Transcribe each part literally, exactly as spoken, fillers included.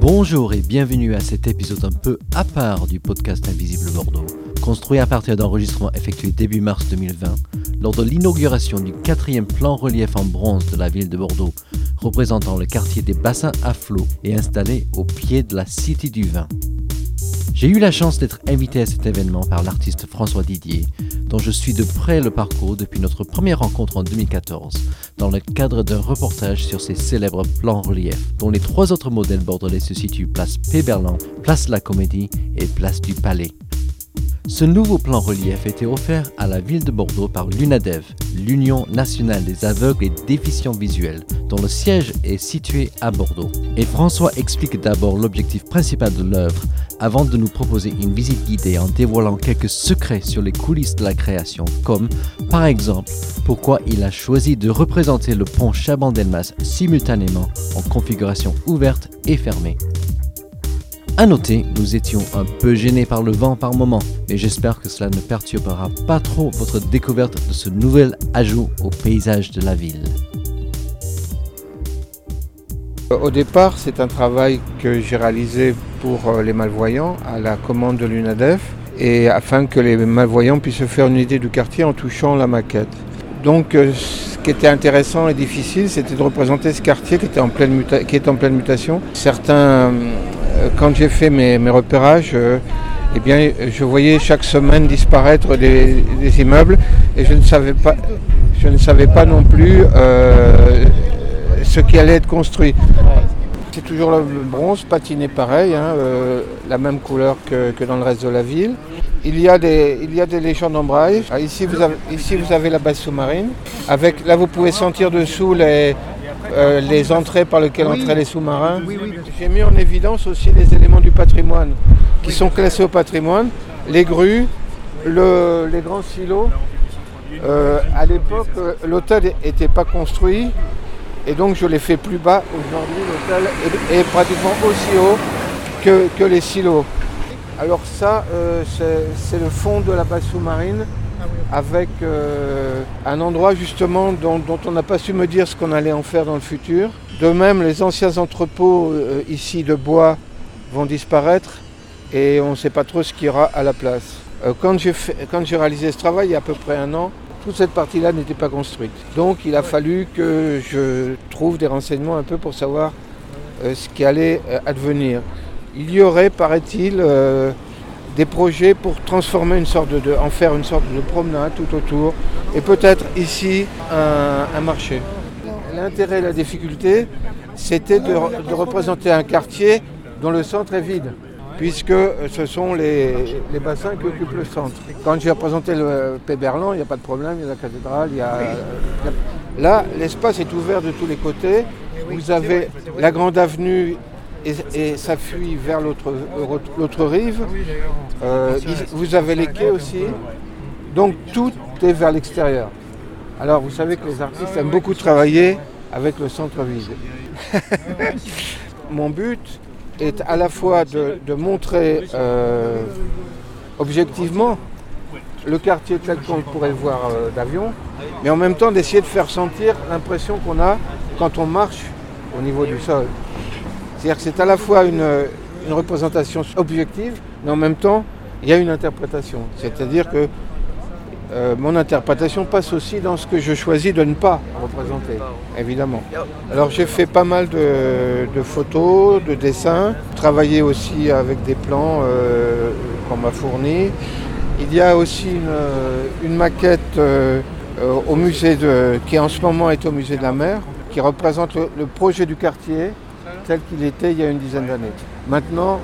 Bonjour et bienvenue à cet épisode un peu à part du podcast Invisible Bordeaux, construit à partir d'enregistrements effectués début mars deux mille vingt, lors de l'inauguration du quatrième plan relief en bronze de la ville de Bordeaux, représentant le quartier des bassins à flot et installé au pied de la City du Vin. J'ai eu la chance d'être invité à cet événement par l'artiste François Didier, dont je suis de près le parcours depuis notre première rencontre en deux mille quatorze, dans le cadre d'un reportage sur ces célèbres plans reliefs, dont les trois autres modèles bordelais se situent place Péberlan, place de la Comédie et place du Palais. Ce nouveau plan relief était offert à la ville de Bordeaux par l'UNADEV, l'Union nationale des aveugles et déficients visuels, dont le siège est situé à Bordeaux. Et François explique d'abord l'objectif principal de l'œuvre, avant de nous proposer une visite guidée en dévoilant quelques secrets sur les coulisses de la création, comme, par exemple, pourquoi il a choisi de représenter le pont Chaban-Delmas simultanément en configuration ouverte et fermée. À noter, nous étions un peu gênés par le vent par moment, mais j'espère que cela ne perturbera pas trop votre découverte de ce nouvel ajout au paysage de la ville. Au départ, c'est un travail que j'ai réalisé pour les malvoyants à la commande de l'UNADEV et afin que les malvoyants puissent se faire une idée du quartier en touchant la maquette. Donc ce qui était intéressant et difficile, c'était de représenter ce quartier qui était en pleine, muta- qui est en pleine mutation. Certains, quand j'ai fait mes, mes repérages, euh, eh bien, je voyais chaque semaine disparaître des, des immeubles et je ne savais pas, je ne savais pas non plus euh, ce qui allait être construit. C'est toujours le bronze patiné pareil, hein, euh, la même couleur que, que dans le reste de la ville. Il y a des, il y a des légendes en braille. Ah, ici, vous avez, ici vous avez la base sous-marine. Avec, là vous pouvez sentir dessous les, euh, les entrées par lesquelles oui. entraient les sous-marins. Oui, oui. J'ai mis en évidence aussi les éléments du patrimoine qui sont classés au patrimoine. Les grues, le, les grands silos. Euh, à l'époque, l'hôtel n'était pas construit. Et donc je l'ai fait plus bas. Aujourd'hui, l'hôtel est, est pratiquement aussi haut que, que les silos. Alors ça, euh, c'est, c'est le fond de la base sous-marine avec euh, un endroit justement dont, dont on n'a pas su me dire ce qu'on allait en faire dans le futur. De même, les anciens entrepôts euh, ici de bois vont disparaître et on ne sait pas trop ce qu'il y aura à la place. Euh, quand, j'ai fait, quand j'ai réalisé ce travail, il y a à peu près un an, toute cette partie-là n'était pas construite. Donc il a fallu que je trouve des renseignements un peu pour savoir euh, ce qui allait euh, advenir. Il y aurait, paraît-il, euh, des projets pour transformer une sorte de, de, en faire une sorte de promenade tout autour et peut-être ici un, un marché. L'intérêt et la difficulté, c'était de, de représenter un quartier dont le centre est vide, puisque ce sont les, les bassins qui occupent le centre. Quand j'ai représenté le Péberlan, il n'y a pas de problème, il y a la cathédrale, il y a... Là, l'espace est ouvert de tous les côtés. Vous avez la grande avenue et, et ça fuit vers l'autre, l'autre rive. Euh, vous avez les quais aussi. Donc tout est vers l'extérieur. Alors vous savez que les artistes aiment beaucoup travailler avec le centre vide. Mon but est à la fois de, de montrer euh, objectivement le quartier tel qu'on pourrait le voir euh, d'avion, mais en même temps d'essayer de faire sentir l'impression qu'on a quand on marche au niveau du sol. C'est-à-dire que c'est à la fois une, une représentation objective, mais en même temps, il y a une interprétation. C'est-à-dire que euh, mon interprétation passe aussi dans ce que je choisis de ne pas représenter, évidemment. Alors j'ai fait pas mal de, de photos, de dessins, travaillé aussi avec des plans euh, qu'on m'a fournis. Il y a aussi une, une maquette euh, au musée de, qui en ce moment est au musée de la mer, qui représente le, le projet du quartier tel qu'il était il y a une dizaine d'années. Maintenant,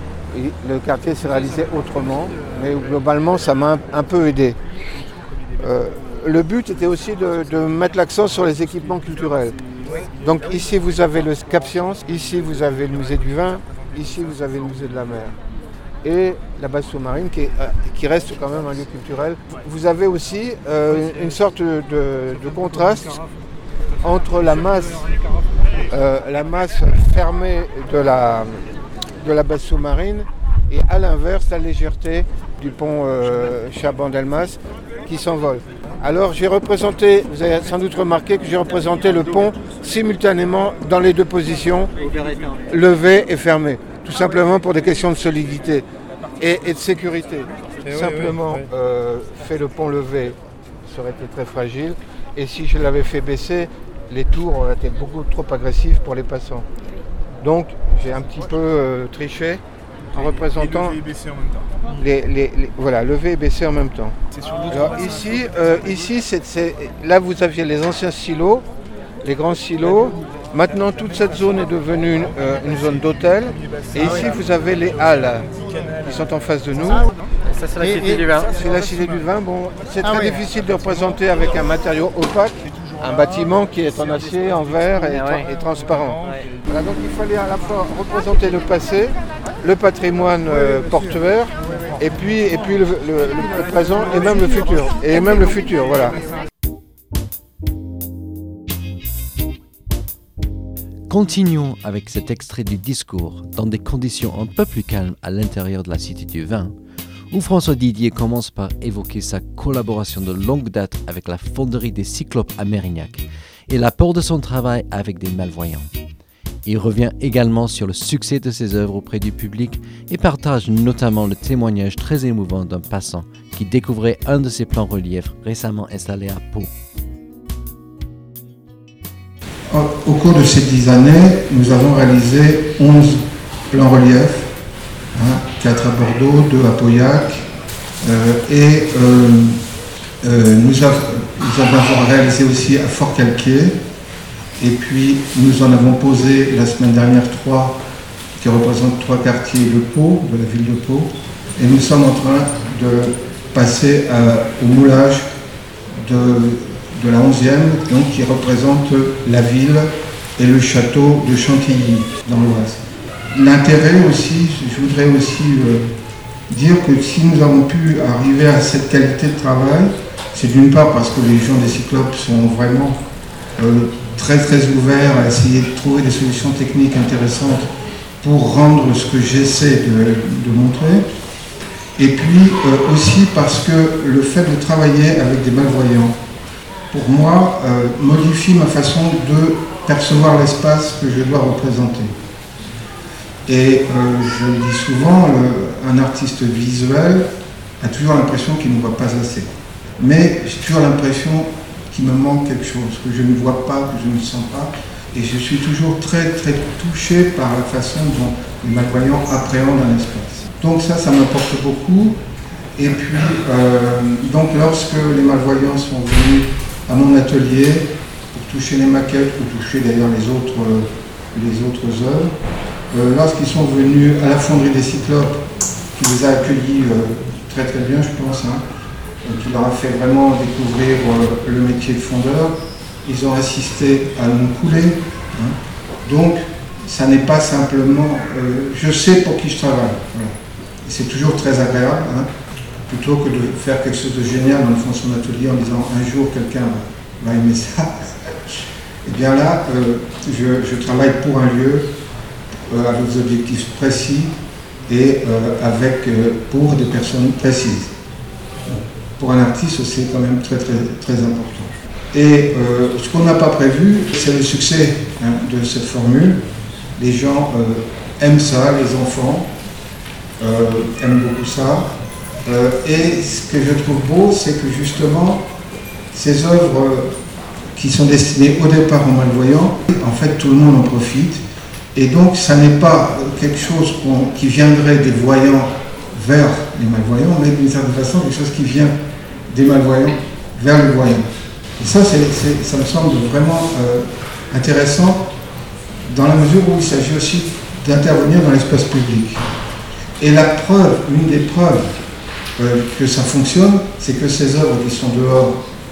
le quartier s'est réalisé autrement, mais globalement, ça m'a un, un peu aidé. Euh, le but était aussi de, de mettre l'accent sur les équipements culturels. Donc ici, vous avez le Cap Science, ici, vous avez le musée du vin, ici, vous avez le musée de la mer. Et la base sous-marine, qui, est, qui reste quand même un lieu culturel. Vous avez aussi euh, une sorte de, de contraste entre la masse Euh, la masse fermée de la, de la base sous-marine et à l'inverse la légèreté du pont euh, Chaban-Delmas qui s'envole. Alors j'ai représenté, vous avez sans doute remarqué que j'ai représenté le pont simultanément dans les deux positions, levé et fermé, tout simplement pour des questions de solidité et, et de sécurité. Et simplement oui, oui, oui. Euh, fait le pont levé, ça aurait été très fragile, et si je l'avais fait baisser, les tours auraient été beaucoup trop agressifs pour les passants. Donc j'ai un petit peu euh, triché en représentant et levé et baissé en même temps. Les, les, les, voilà, levé et baissé en même temps. C'est sur Alors ici, euh, ici c'est, c'est, là vous aviez les anciens silos, les grands silos. Maintenant toute cette zone est devenue une, euh, une zone d'hôtel. Et ici vous avez les halles qui sont en face de nous. Ça c'est la Cité et, du Vin. C'est la Cité du Vin. Bon, c'est ah très oui. difficile de représenter avec un matériau opaque un bâtiment qui est en acier, en verre et, ah ouais. et transparent. Ouais. Voilà, donc il fallait à la fois représenter le passé, le patrimoine euh, portuaire, et puis, et puis le, le, le présent et même le futur. Et même le futur, voilà. Continuons avec cet extrait du discours dans des conditions un peu plus calmes à l'intérieur de la Cité du Vin, où François Didier commence par évoquer sa collaboration de longue date avec la fonderie des Cyclopes à Mérignac et l'apport de son travail avec des malvoyants. Il revient également sur le succès de ses œuvres auprès du public et partage notamment le témoignage très émouvant d'un passant qui découvrait un de ses plans reliefs récemment installés à Pau. Au cours de ces dix années, nous avons réalisé onze plans reliefs. Hein, quatre à Bordeaux, deux à Pauillac, euh, et euh, euh, nous, av- nous avons réalisé aussi à Fort-Calquier, et puis nous en avons posé la semaine dernière trois qui représentent trois quartiers de Pau, de la ville de Pau, et nous sommes en train de passer à, au moulage de, de la onzième, donc qui représente la ville et le château de Chantilly dans l'Oise. L'intérêt aussi, je voudrais aussi euh, dire que si nous avons pu arriver à cette qualité de travail, c'est d'une part parce que les gens des Cyclopes sont vraiment euh, très très ouverts à essayer de trouver des solutions techniques intéressantes pour rendre ce que j'essaie de, de montrer. Et puis euh, aussi parce que le fait de travailler avec des malvoyants, pour moi, euh, modifie ma façon de percevoir l'espace que je dois représenter. Et euh, je le dis souvent, le, un artiste visuel a toujours l'impression qu'il ne voit pas assez. Mais j'ai toujours l'impression qu'il me manque quelque chose, que je ne vois pas, que je ne sens pas. Et je suis toujours très très touché par la façon dont les malvoyants appréhendent un espace. Donc ça, ça m'apporte beaucoup. Et puis, euh, donc lorsque les malvoyants sont venus à mon atelier pour toucher les maquettes, pour toucher d'ailleurs les autres, les autres œuvres, Euh, lorsqu'ils sont venus à la fonderie des Cyclopes, qui les a accueillis euh, très très bien, je pense, hein, qui leur a fait vraiment découvrir euh, le métier de fondeur, ils ont assisté à mon coulée. Hein. Donc, ça n'est pas simplement... Euh, je sais pour qui je travaille. Voilà. C'est toujours très agréable, hein, plutôt que de faire quelque chose de génial dans le fond de son atelier en disant un jour quelqu'un va, va aimer ça. Et bien là, euh, je, je travaille pour un lieu, Euh, avec des objectifs précis et euh, avec, euh, pour des personnes précises. Pour un artiste, c'est quand même très très très important. Et euh, ce qu'on n'a pas prévu, c'est le succès hein, de cette formule. Les gens euh, aiment ça, les enfants euh, aiment beaucoup ça. Euh, et ce que je trouve beau, c'est que justement, ces œuvres qui sont destinées au départ aux malvoyants, en fait tout le monde en profite. Et donc, ça n'est pas quelque chose qui viendrait des voyants vers les malvoyants, mais d'une certaine façon, quelque chose qui vient des malvoyants vers les voyants. Et ça, c'est, c'est, ça me semble vraiment euh, intéressant, dans la mesure où il s'agit aussi d'intervenir dans l'espace public. Et la preuve, une des preuves euh, que ça fonctionne, c'est que ces œuvres qui sont dehors,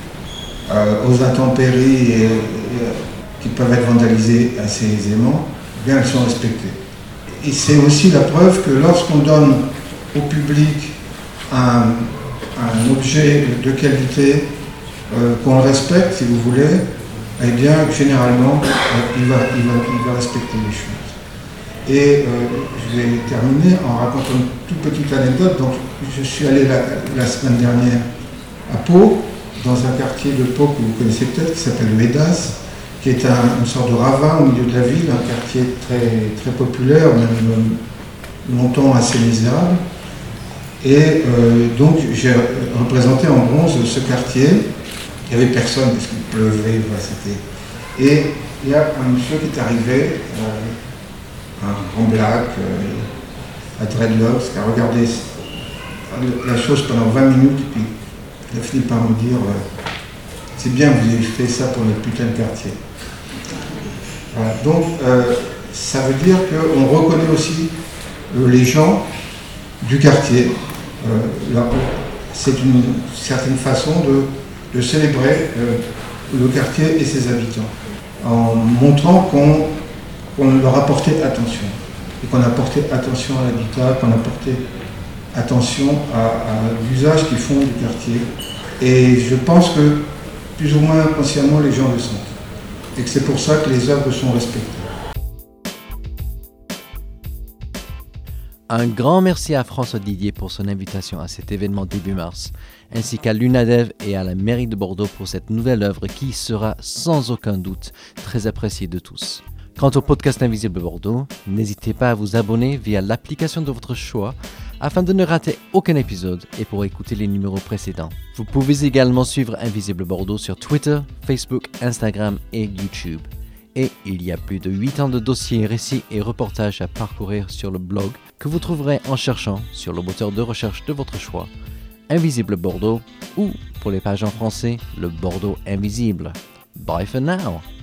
euh, aux intempéries, et, et, qui peuvent être vandalisées assez aisément, bien elles sont respectées. Et c'est aussi la preuve que lorsqu'on donne au public un, un objet de qualité, euh, qu'on le respecte, si vous voulez, eh bien, généralement, euh, il, va, il, va, il va respecter les choses. Et euh, je vais terminer en racontant une toute petite anecdote. Donc, je suis allé la, la semaine dernière à Pau, dans un quartier de Pau que vous connaissez peut-être, qui s'appelle le Hédas, qui est un, une sorte de ravin au milieu de la ville, un quartier très, très populaire, même longtemps assez misérable. Et euh, donc j'ai représenté en bronze ce quartier. Il n'y avait personne parce qu'il pleuvait, voilà, c'était... Et il y a un monsieur qui est arrivé, euh, un grand black, euh, à dreadlocks, qui a regardé la chose pendant vingt minutes, et puis il a fini par me dire euh, c'est bien, vous avez fait ça pour notre putain de quartier. Voilà. Donc euh, ça veut dire qu'on reconnaît aussi euh, les gens du quartier. Euh, là, c'est une certaine façon de, de célébrer euh, le quartier et ses habitants, en montrant qu'on qu'on leur a porté attention, et qu'on a porté attention à l'habitat, qu'on a porté attention à, à l'usage qu'ils font du quartier. Et je pense que, plus ou moins inconsciemment, les gens le sentent. Et que c'est pour ça que les œuvres sont respectées. Un grand merci à François Didier pour son invitation à cet événement début mars, ainsi qu'à l'UNADEV et à la mairie de Bordeaux pour cette nouvelle œuvre qui sera sans aucun doute très appréciée de tous. Quant au podcast Invisible Bordeaux, n'hésitez pas à vous abonner via l'application de votre choix afin de ne rater aucun épisode et pour écouter les numéros précédents. Vous pouvez également suivre Invisible Bordeaux sur Twitter, Facebook, Instagram et YouTube. Et il y a plus de huit ans de dossiers, récits et reportages à parcourir sur le blog que vous trouverez en cherchant sur le moteur de recherche de votre choix, Invisible Bordeaux ou, pour les pages en français, le Bordeaux Invisible. Bye for now!